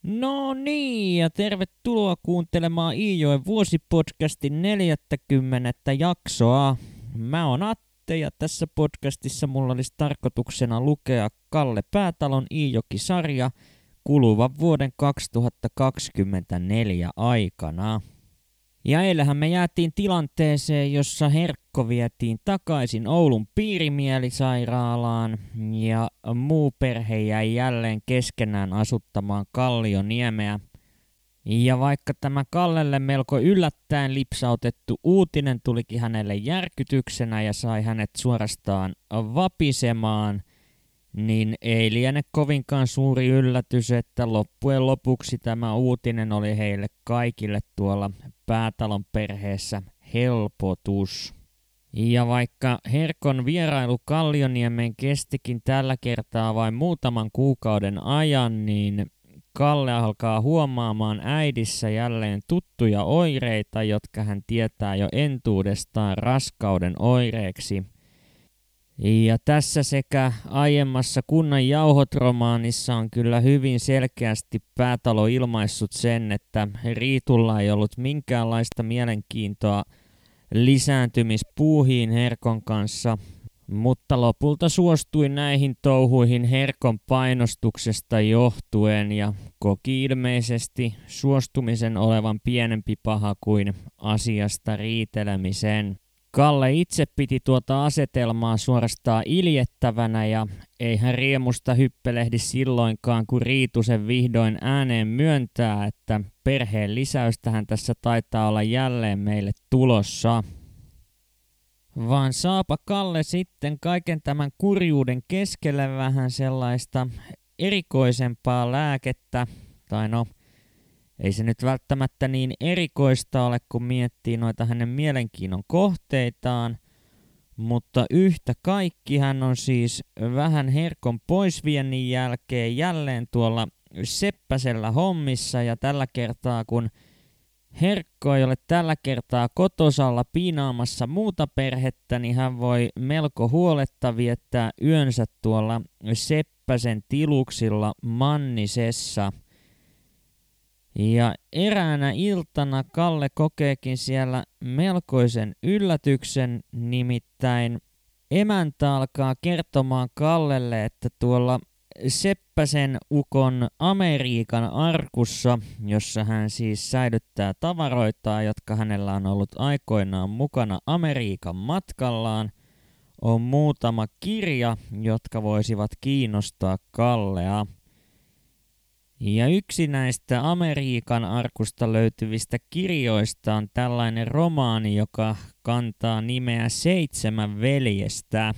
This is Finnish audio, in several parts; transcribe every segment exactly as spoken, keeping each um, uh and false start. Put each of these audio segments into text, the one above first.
No niin, ja tervetuloa kuuntelemaan Iijoen vuosipodcastin neljättäkymmenettä jaksoa. Mä oon Atte ja tässä podcastissa mulla olisi tarkoituksena lukea Kalle Päätalon Iijoki-sarja kuluvan vuoden kaksituhattakaksikymmentäneljä aikana. Ja eilähän me jäätiin tilanteeseen, jossa Herkko vietiin takaisin Oulun piirimielisairaalaan ja muu perhe jäi jälleen keskenään asuttamaan Kallioniemeä. Ja vaikka tämä Kallelle melko yllättäen lipsautettu uutinen tulikin hänelle järkytyksenä ja sai hänet suorastaan vapisemaan, niin ei liene kovinkaan suuri yllätys, että loppujen lopuksi tämä uutinen oli heille kaikille tuolla Päätalon perheessä helpotus. Ja vaikka Herkon vierailu Kallioniemeen kestikin tällä kertaa vain muutaman kuukauden ajan, niin Kalle alkaa huomaamaan äidissä jälleen tuttuja oireita, jotka hän tietää jo entuudestaan raskauden oireeksi. Ja tässä sekä aiemmassa Kunnan jauhot-romaanissa on kyllä hyvin selkeästi Päätalo ilmaissut sen, että Riitulla ei ollut minkäänlaista mielenkiintoa lisääntymispuuhiin Herkon kanssa, mutta lopulta suostui näihin touhuihin Herkon painostuksesta johtuen ja koki ilmeisesti suostumisen olevan pienempi paha kuin asiasta riitelemisen. Kalle itse piti tuota asetelmaa suorastaan iljettävänä ja ei hän riemusta hyppelehdi silloinkaan, kun Riitu sen vihdoin ääneen myöntää, että perheen lisäystähän tässä taitaa olla jälleen meille tulossa. Vaan saapa Kalle sitten kaiken tämän kurjuuden keskelle vähän sellaista erikoisempaa lääkettä, tai no, ei se nyt välttämättä niin erikoista ole, kun miettii noita hänen mielenkiinnon kohteitaan, mutta yhtä kaikki hän on siis vähän Herkon poisviennin jälkeen jälleen tuolla Seppäsellä hommissa, ja tällä kertaa kun Herkko ei ole tällä kertaa kotosalla piinaamassa muuta perhettä, niin hän voi melko huoletta viettää yönsä tuolla Seppäsen tiluksilla Mannisessa. Ja eräänä iltana Kalle kokeekin siellä melkoisen yllätyksen, nimittäin emäntä alkaa kertomaan Kallelle, että tuolla Seppäsen ukon Amerikan arkussa, jossa hän siis säilyttää tavaroitaan, jotka hänellä on ollut aikoinaan mukana Amerikan matkallaan, on muutama kirja, jotka voisivat kiinnostaa Kallea. Ja yksi näistä Amerikan arkusta löytyvistä kirjoista on tällainen romaani, joka kantaa nimeä Seitsemän veljestä.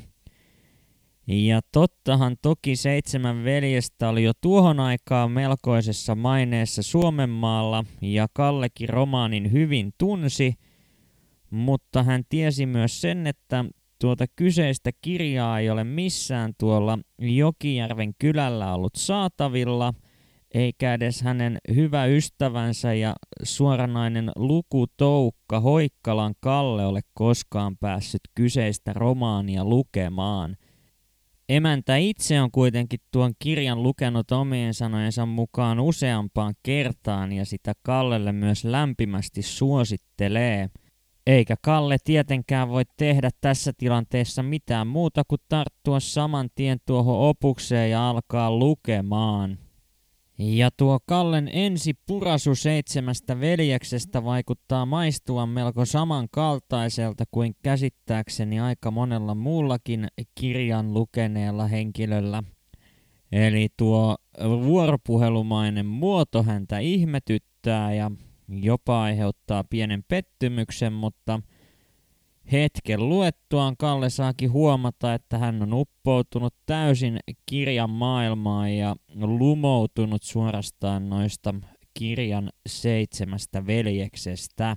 Ja tottahan toki Seitsemän veljestä oli jo tuohon aikaan melkoisessa maineessa Suomenmaalla, ja Kallekin romaanin hyvin tunsi, mutta hän tiesi myös sen, että tuota kyseistä kirjaa ei ole missään tuolla Jokijärven kylällä ollut saatavilla, eikä edes hänen hyvä ystävänsä ja suoranainen lukutoukka Hoikkalan Kalle ole koskaan päässyt kyseistä romaania lukemaan. Emäntä itse on kuitenkin tuon kirjan lukenut omien sanojensa mukaan useampaan kertaan ja sitä Kallelle myös lämpimästi suosittelee. Eikä Kalle tietenkään voi tehdä tässä tilanteessa mitään muuta kuin tarttua saman tien tuohon opukseen ja alkaa lukemaan. Ja tuo Kallen ensi purasu Seitsemästä veljeksestä vaikuttaa maistuvan melko samankaltaiselta kuin käsittääkseni aika monella muullakin kirjan lukeneella henkilöllä. Eli tuo vuoropuhelumainen muoto häntä ihmetyttää ja jopa aiheuttaa pienen pettymyksen, mutta hetken luettuaan Kalle saakin huomata, että hän on uppoutunut täysin kirjan maailmaan ja lumoutunut suorastaan noista kirjan seitsemästä veljeksestä.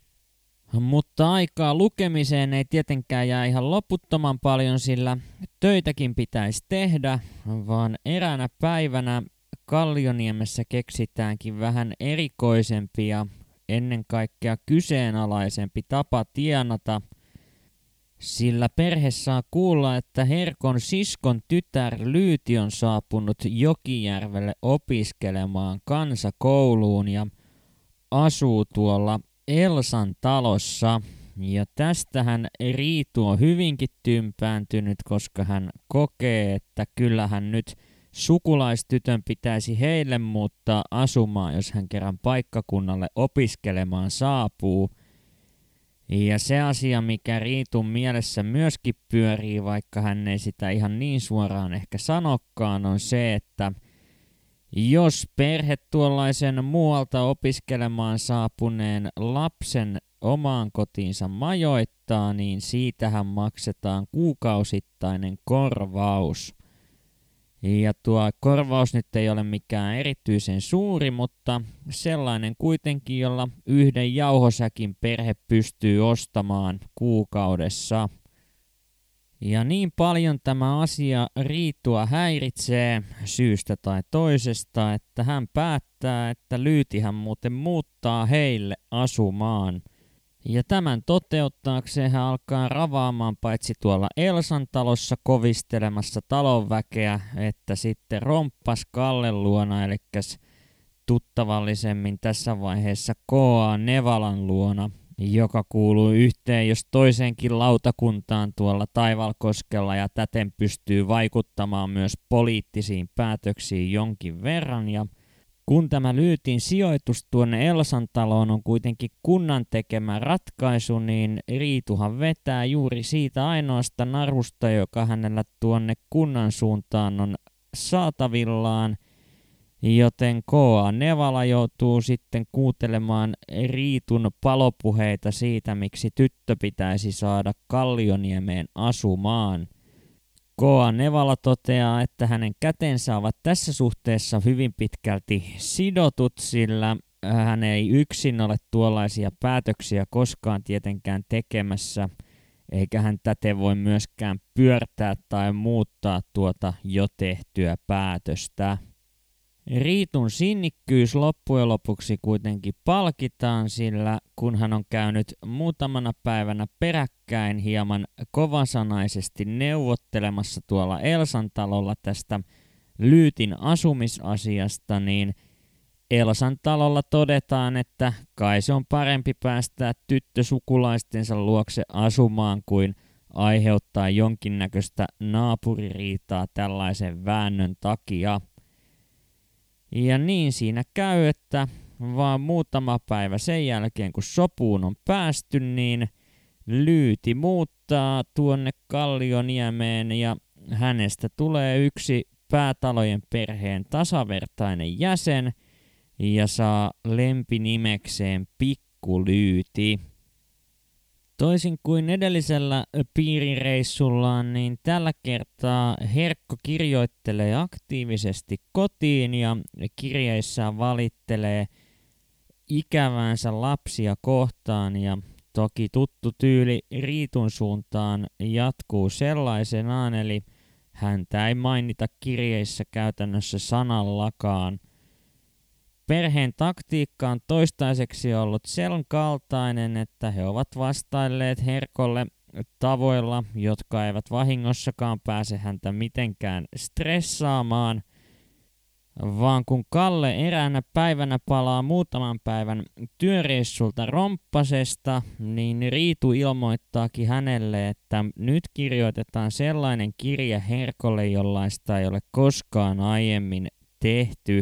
Mutta aikaa lukemiseen ei tietenkään jää ihan loputtoman paljon, sillä töitäkin pitäisi tehdä, vaan eräänä päivänä Kallioniemessä keksitäänkin vähän erikoisempi ja ennen kaikkea kyseenalaisempi tapa tienata. sillä perhe saa kuulla, että Herkon siskon tytär Lyyti on saapunut Jokijärvelle opiskelemaan kansakouluun ja asuu tuolla Elsan talossa. Ja tästähän Riitu on hyvinkin tympääntynyt, koska hän kokee, että kyllähän nyt sukulaistytön pitäisi heille muuttaa asumaan, jos hän kerran paikkakunnalle opiskelemaan saapuu. Ja se asia, mikä Riitun mielessä myöskin pyörii, vaikka hän ei sitä ihan niin suoraan ehkä sanokkaan, on se, että jos perhe tuollaisen muualta opiskelemaan saapuneen lapsen omaan kotiinsa majoittaa, niin siitähän maksetaan kuukausittainen korvaus. Ja tuo korvaus nyt ei ole mikään erityisen suuri, mutta sellainen kuitenkin, jolla yhden jauhosäkin perhe pystyy ostamaan kuukaudessa. Ja niin paljon tämä asia Riitua häiritsee syystä tai toisesta, että hän päättää, että Lyytihän muuten muuttaa heille asumaan. Ja tämän toteuttaakseen hän alkaa ravaamaan paitsi tuolla Elsan talossa kovistelemassa talonväkeä, että sitten romppas Kallen luona, eli tuttavallisemmin tässä vaiheessa K A Nevalan luona, joka kuuluu yhteen jos toiseenkin lautakuntaan tuolla Taivalkoskella ja täten pystyy vaikuttamaan myös poliittisiin päätöksiin jonkin verran. Ja kun tämä Lyytin sijoitus tuonne Elsan taloon on kuitenkin kunnan tekemä ratkaisu, niin Riituhan vetää juuri siitä ainoasta narusta, joka hänellä tuonne kunnan suuntaan on saatavillaan, joten K A Nevala joutuu sitten kuuntelemaan Riitun palopuheita siitä, miksi tyttö pitäisi saada Kallioniemeen asumaan. K A Nevala toteaa, että hänen kätensä ovat tässä suhteessa hyvin pitkälti sidotut, sillä hän ei yksin ole tuollaisia päätöksiä koskaan tietenkään tekemässä, eikä hän täten voi myöskään pyörtää tai muuttaa tuota jo tehtyä päätöstä. Riitun sinnikkyys loppujen lopuksi kuitenkin palkitaan, sillä kun hän on käynyt muutamana päivänä peräkkäin hieman kovasanaisesti neuvottelemassa tuolla Elsan talolla tästä Lyytin asumisasiasta, niin Elsan talolla todetaan, että kai se on parempi päästää tyttö sukulaistensa luokse asumaan kuin aiheuttaa jonkinnäköistä naapuririitaa tällaisen väännön takia. Ja niin siinä käy, että vaan muutama päivä sen jälkeen, kun sopuun on päästy, niin Lyyti muuttaa tuonne Kallioniemeen ja hänestä tulee yksi päätalojen perheen tasavertainen jäsen ja saa lempinimekseen Pikku Lyyti. Toisin kuin edellisellä piirireissullaan, niin tällä kertaa Herkko kirjoittelee aktiivisesti kotiin ja kirjeissään valittelee ikävänsä lapsia kohtaan ja toki tuttu tyyli Riitun suuntaan jatkuu sellaisenaan, eli häntä ei mainita kirjeissä käytännössä sanallakaan. Perheen taktiikka on toistaiseksi ollut sen kaltainen, että he ovat vastailleet Herkolle tavoilla, jotka eivät vahingossakaan pääse häntä mitenkään stressaamaan, vaan kun Kalle eräänä päivänä palaa muutaman päivän työreissulta Romppasesta, niin Riitu ilmoittaakin hänelle, että nyt kirjoitetaan sellainen kirje Herkolle, jollaista ei ole koskaan aiemmin tehty.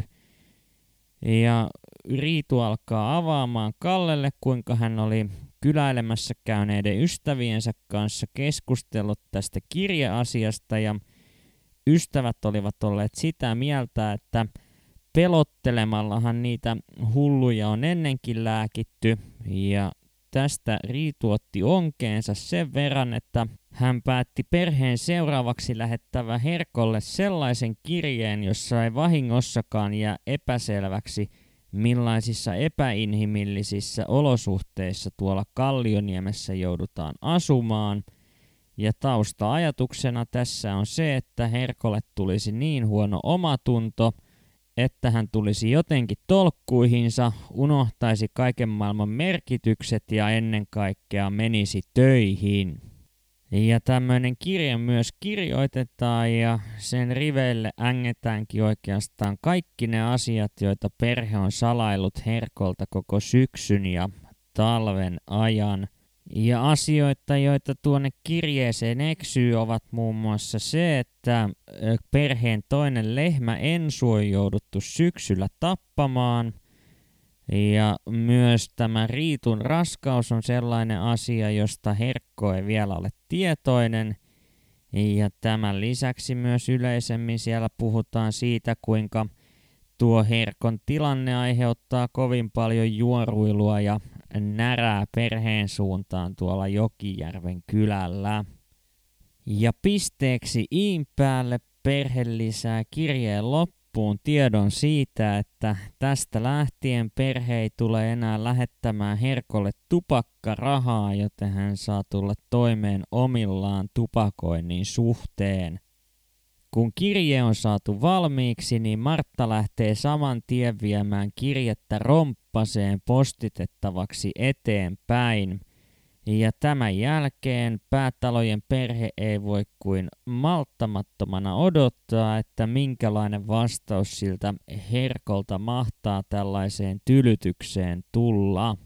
Ja Riitu alkaa avaamaan Kallelle, kuinka hän oli kyläilemässä käyneiden ystäviensä kanssa keskustellut tästä kirjeasiasta ja ystävät olivat olleet sitä mieltä, että pelottelemallahan niitä hulluja on ennenkin lääkitty ja tästä Riitu otti onkeensa sen verran, että hän päätti perheen seuraavaksi lähettävä Herkolle sellaisen kirjeen, jossa ei vahingossakaan jää epäselväksi, millaisissa epäinhimillisissä olosuhteissa tuolla Kallioniemessä joudutaan asumaan. Ja tausta-ajatuksena tässä on se, että Herkolle tulisi niin huono omatunto, että hän tulisi jotenkin tolkkuihinsa, unohtaisi kaiken maailman merkitykset ja ennen kaikkea menisi töihin. Ja tämmöinen kirje myös kirjoitetaan ja sen riveille ängetäänkin oikeastaan kaikki ne asiat, joita perhe on salaillut Herkolta koko syksyn ja talven ajan. Ja asioita, joita tuonne kirjeeseen eksyy, ovat muun muassa se, että perheen toinen lehmä Ensu on jouduttu syksyllä tappamaan. Ja myös tämä Riitun raskaus on sellainen asia, josta Herkko ei vielä ole tietoinen. Ja tämän lisäksi myös yleisemmin siellä puhutaan siitä, kuinka tuo Herkon tilanne aiheuttaa kovin paljon juoruilua ja närää perheen suuntaan tuolla Jokijärven kylällä. Ja pisteeksi iin päälle perhe lisää kirjeen loppuun tiedon siitä, että tästä lähtien perhe ei tule enää lähettämään Herkolle tupakkarahaa, joten hän saa tulla toimeen omillaan tupakoinnin suhteen. Kun kirje on saatu valmiiksi, niin Martta lähtee saman tien viemään kirjettä Romppaseen postitettavaksi eteenpäin. Ja tämän jälkeen Päätalojen perhe ei voi kuin malttamattomana odottaa, että minkälainen vastaus siltä Herkolta mahtaa tällaiseen tylytykseen tulla.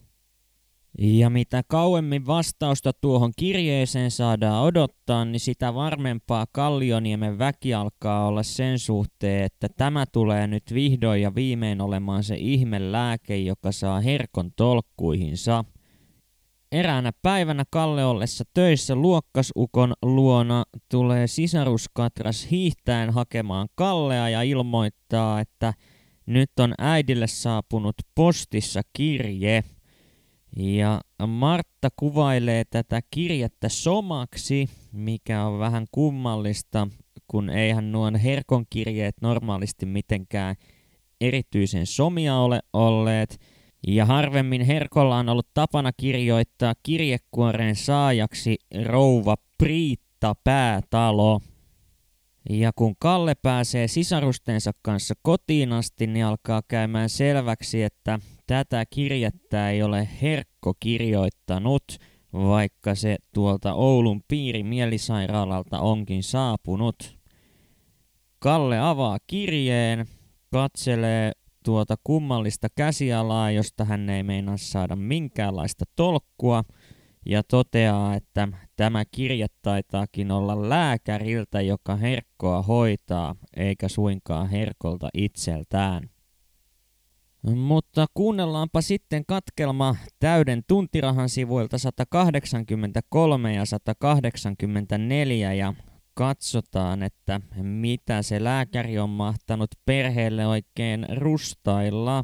Ja mitä kauemmin vastausta tuohon kirjeeseen saadaan odottaa, niin sitä varmempaa Kallioniemen väki alkaa olla sen suhteen, että tämä tulee nyt vihdoin ja viimein olemaan se ihmelääke, joka saa Herkon tolkkuihinsa. Eräänä päivänä Kalle ollessa töissä luokkasukon luona tulee sisaruskatras hiihtäen hakemaan Kallea ja ilmoittaa, että nyt on äidille saapunut postissa kirje. Ja Martta kuvailee tätä kirjettä somaksi, mikä on vähän kummallista, kun eihän nuon Herkon kirjeet normaalisti mitenkään erityisen somia ole olleet. Ja harvemmin Herkolla on ollut tapana kirjoittaa kirjekuoreen saajaksi rouva Priitta Päätalo. Ja kun Kalle pääsee sisarustensa kanssa kotiin asti, niin alkaa käymään selväksi, että tätä kirjettä ei ole Herkko kirjoittanut, vaikka se tuolta Oulun piirimielisairaalalta onkin saapunut. Kalle avaa kirjeen, katselee tuota kummallista käsialaa, josta hän ei meinaa saada minkäänlaista tolkkua, ja toteaa, että tämä kirje taitaakin olla lääkäriltä, joka Herkkoa hoitaa, eikä suinkaan Herkolta itseltään. Mutta kuunnellaanpa sitten katkelma täyden tuntirahan sivuilta sata kahdeksankymmentäkolme ja sata kahdeksankymmentäneljä ja katsotaan, että mitä se lääkäri on mahtanut perheelle oikein rustailla.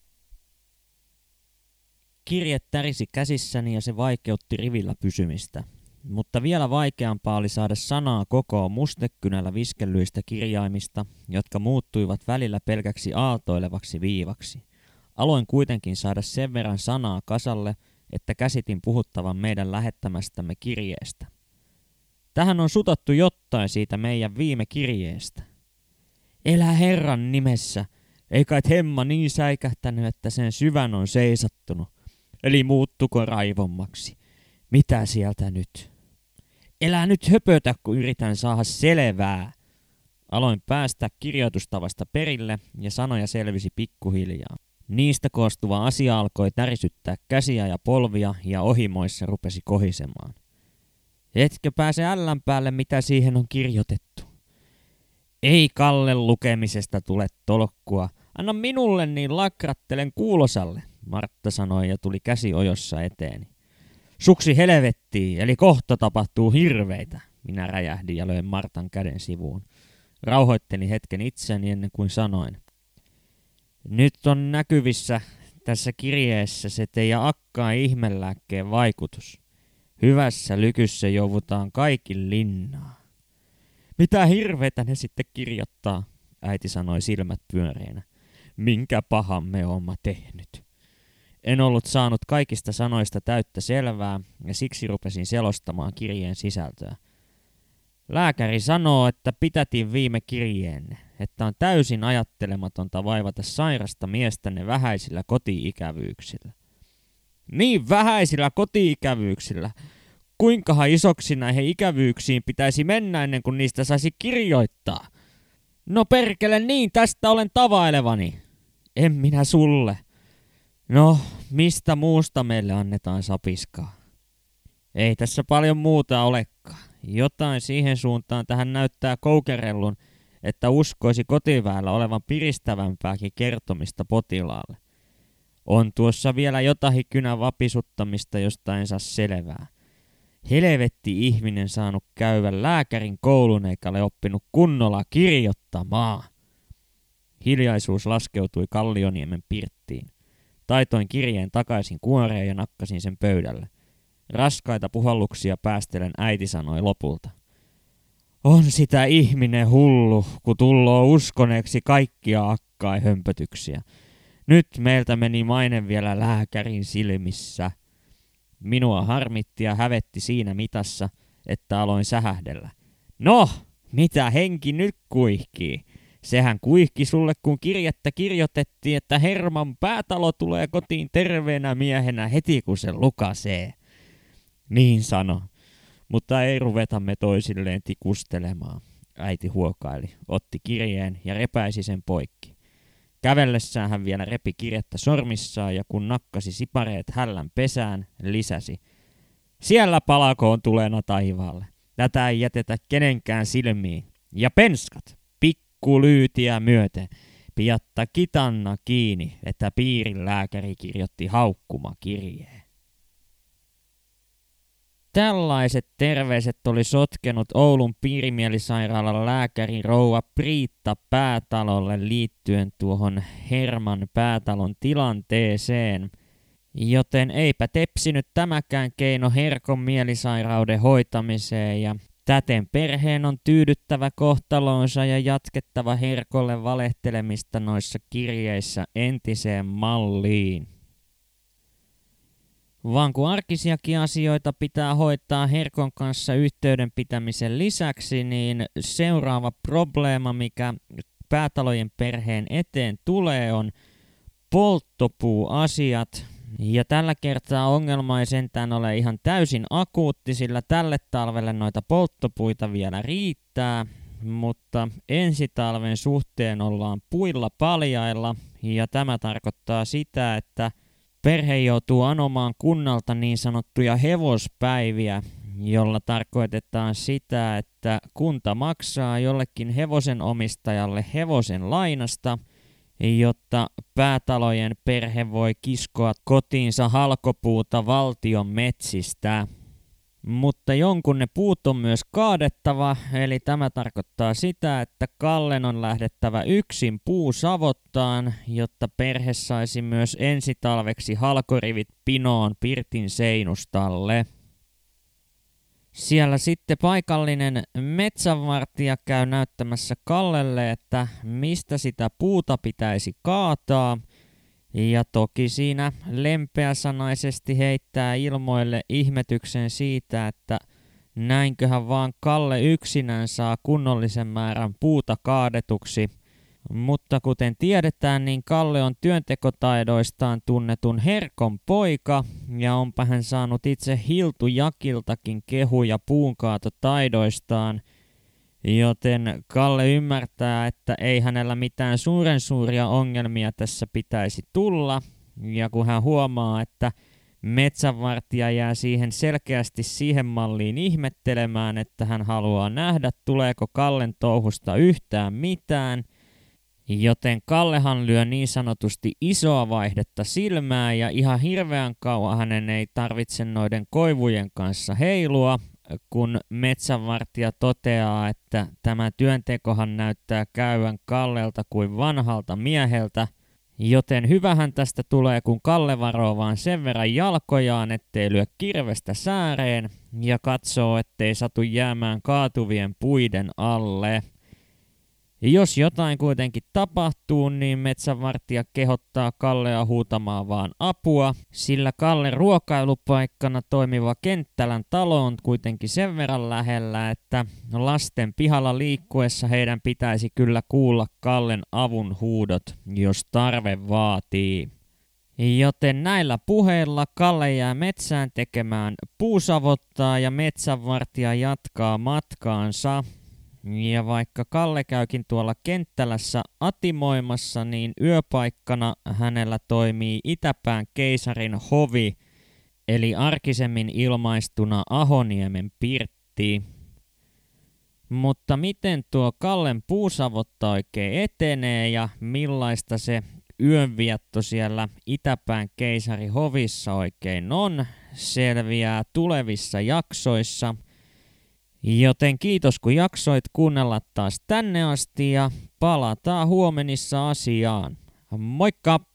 Kirje tärisi käsissäni ja se vaikeutti rivillä pysymistä. Mutta vielä vaikeampaa oli saada sanaa kokoon mustekynällä viskellyistä kirjaimista, jotka muuttuivat välillä pelkäksi aaltoilevaksi viivaksi. Aloin kuitenkin saada sen verran sanaa kasalle, että käsitin puhuttavan meidän lähettämästämme kirjeestä. Tähän on sutattu jotain siitä meidän viime kirjeestä. Elä Herran nimessä, ei kai hemma niin säikähtänyt, että sen syvän on seisattunut. Eli muuttuko raivommaksi? Mitä sieltä nyt? Elää nyt höpötä, kun yritän saada selvää. Aloin päästä kirjoitustavasta perille ja sanoja selvisi pikkuhiljaa. Niistä koostuva asia alkoi tärisyttää käsiä ja polvia ja ohimoissa rupesi kohisemaan. Etkö pääse ällän päälle, mitä siihen on kirjoitettu? Ei Kalle lukemisesta tule tolkkua. Anna minulle, niin lakrattelen kuulosalle, Martta sanoi ja tuli käsi ojossa eteeni. Suksi helvettiin, eli kohta tapahtuu hirveitä, minä räjähdin ja löin Martan käden sivuun. Rauhoittelin hetken itseni ennen kuin sanoin. Nyt on näkyvissä tässä kirjeessä se teidän akkaan ihmelääkkeen vaikutus. Hyvässä lykyssä joudutaan kaikin linnaa. Mitä hirveitä ne sitten kirjoittaa, äiti sanoi silmät pyöreinä. Minkä pahan me ooma tehnyt. En ollut saanut kaikista sanoista täyttä selvää ja siksi rupesin selostamaan kirjeen sisältöä. Lääkäri sanoo, että pitätin viime kirjeenne, että on täysin ajattelematonta vaivata sairasta miestänne vähäisillä koti-ikävyyksillä. Niin vähäisillä koti-ikävyyksillä. kuinkahan isoksi näihin ikävyyksiin pitäisi mennä ennen kuin niistä saisi kirjoittaa? No perkele niin, tästä olen tavailevani. En minä sulle. No, mistä muusta meille annetaan sapiskaa? Ei tässä paljon muuta olekaan. Jotain siihen suuntaan tähän näyttää koukerellun, että uskoisi kotiväellä olevan piristävämpääkin kertomista potilaalle. On tuossa vielä jotakin kynän vapisuttamista, josta en saa selvää. Helvetti ihminen saanut käydä lääkärin koulun eikä ole oppinut kunnolla kirjoittamaan. Hiljaisuus laskeutui Kallioniemen pirttiin. Taitoin kirjeen takaisin kuoreen ja nakkasin sen pöydälle. Raskaita puhalluksia päästelen äiti sanoi lopulta. On sitä ihminen hullu, kun tulloo uskoneeksi kaikkia akkai hömpötyksiä. Nyt meiltä meni maine vielä lääkärin silmissä. Minua harmitti ja hävetti siinä mitassa, että aloin sähähdellä. No, mitä henki nyt kuihkii? Sehän kuihki sulle, kun kirjettä kirjoitettiin, että Herman Päätalo tulee kotiin terveenä miehenä heti, kun se lukasee. Niin sano, mutta ei ruvetamme toisilleen tikustelemaan, äiti huokaili, otti kirjeen ja repäisi sen poikki. Kävellessään hän vielä repi kirjettä sormissaan ja kun nakkasi sipareet hällän pesään, lisäsi. Siellä palakoon tulena taivaalle. Tätä ei jätetä kenenkään silmiin. Ja penskat, pikkulyytiä myöten. Piatta kitanna kiinni, että piirin lääkäri kirjoitti haukkuma kirjeen. Tällaiset terveiset oli sotkenut Oulun piirimielisairaalan lääkäri rouva Priitta Päätalolle liittyen tuohon Herman Päätalon tilanteeseen, joten eipä tepsinyt tämäkään keino Herkon mielisairauden hoitamiseen ja täten perheen on tyydyttävä kohtalonsa ja jatkettava Herkolle valehtelemista noissa kirjeissä entiseen malliin. Vaan kun arkisiakin asioita pitää hoitaa Herkon kanssa yhteyden pitämisen lisäksi, niin seuraava probleema, mikä Päätalojen perheen eteen tulee, on polttopuuasiat. Ja tällä kertaa ongelma ei sentään ole ihan täysin akuutti, sillä tälle talvelle noita polttopuita vielä riittää, mutta ensi talven suhteen ollaan puilla paljailla, ja tämä tarkoittaa sitä, että perhe joutuu anomaan kunnalta niin sanottuja hevospäiviä, jolla tarkoitetaan sitä, että kunta maksaa jollekin hevosen omistajalle hevosen lainasta, jotta Päätalojen perhe voi kiskoa kotiinsa halkopuuta valtion metsistä. Mutta jonkun ne puut on myös kaadettava, eli tämä tarkoittaa sitä, että Kallen on lähdettävä yksin puusavottaan, jotta perhe saisi myös ensitalveksi halkorivit pinoon pirtin seinustalle. Siellä sitten paikallinen metsänvartija käy näyttämässä Kallelle, että mistä sitä puuta pitäisi kaataa, ja toki siinä lempeäsanaisesti heittää ilmoille ihmetyksen siitä, että näinköhän vaan Kalle yksinään saa kunnollisen määrän puuta kaadetuksi. Mutta kuten tiedetään, niin Kalle on työntekotaidoistaan tunnetun Herkon poika, ja onpa hän saanut itse Hiltu Jakiltakin kehuja puunkaatotaidoistaan, joten Kalle ymmärtää, että ei hänellä mitään suuren suuria ongelmia tässä pitäisi tulla, ja kun hän huomaa, että metsänvartija jää siihen selkeästi siihen malliin ihmettelemään, että hän haluaa nähdä, tuleeko Kallen touhusta yhtään mitään, joten Kallehan lyö niin sanotusti isoa vaihdetta silmää ja ihan hirveän kauan hänen ei tarvitse noiden koivujen kanssa heilua, kun metsänvartija toteaa, että tämä työntekohan näyttää käyvän Kallelta kuin vanhalta mieheltä, joten hyvähän tästä tulee, kun Kalle varoo vaan sen verran jalkojaan, ettei lyö kirvestä sääreen ja katsoo, ettei satu jäämään kaatuvien puiden alle. Jos jotain kuitenkin tapahtuu, niin metsänvartija kehottaa Kallea huutamaan vaan apua, sillä Kallen ruokailupaikkana toimiva Kenttälän talo on kuitenkin sen verran lähellä, että lasten pihalla liikkuessa heidän pitäisi kyllä kuulla Kallen avun huudot, jos tarve vaatii. Joten näillä puheilla Kalle jää metsään tekemään puusavottaa ja metsänvartija jatkaa matkaansa. Ja vaikka Kalle käykin tuolla kenttälässä atimoimassa, niin yöpaikkana hänellä toimii Itäpään keisarin hovi, eli arkisemmin ilmaistuna Ahoniemen pirtti. Mutta miten tuo Kallen puusavotta oikein etenee ja millaista se yönvietto siellä Itäpään keisarin hovissa oikein on, selviää tulevissa jaksoissa. Joten kiitos kun jaksoit kuunnella taas tänne asti ja palataan huomenissa asiaan. Moikka!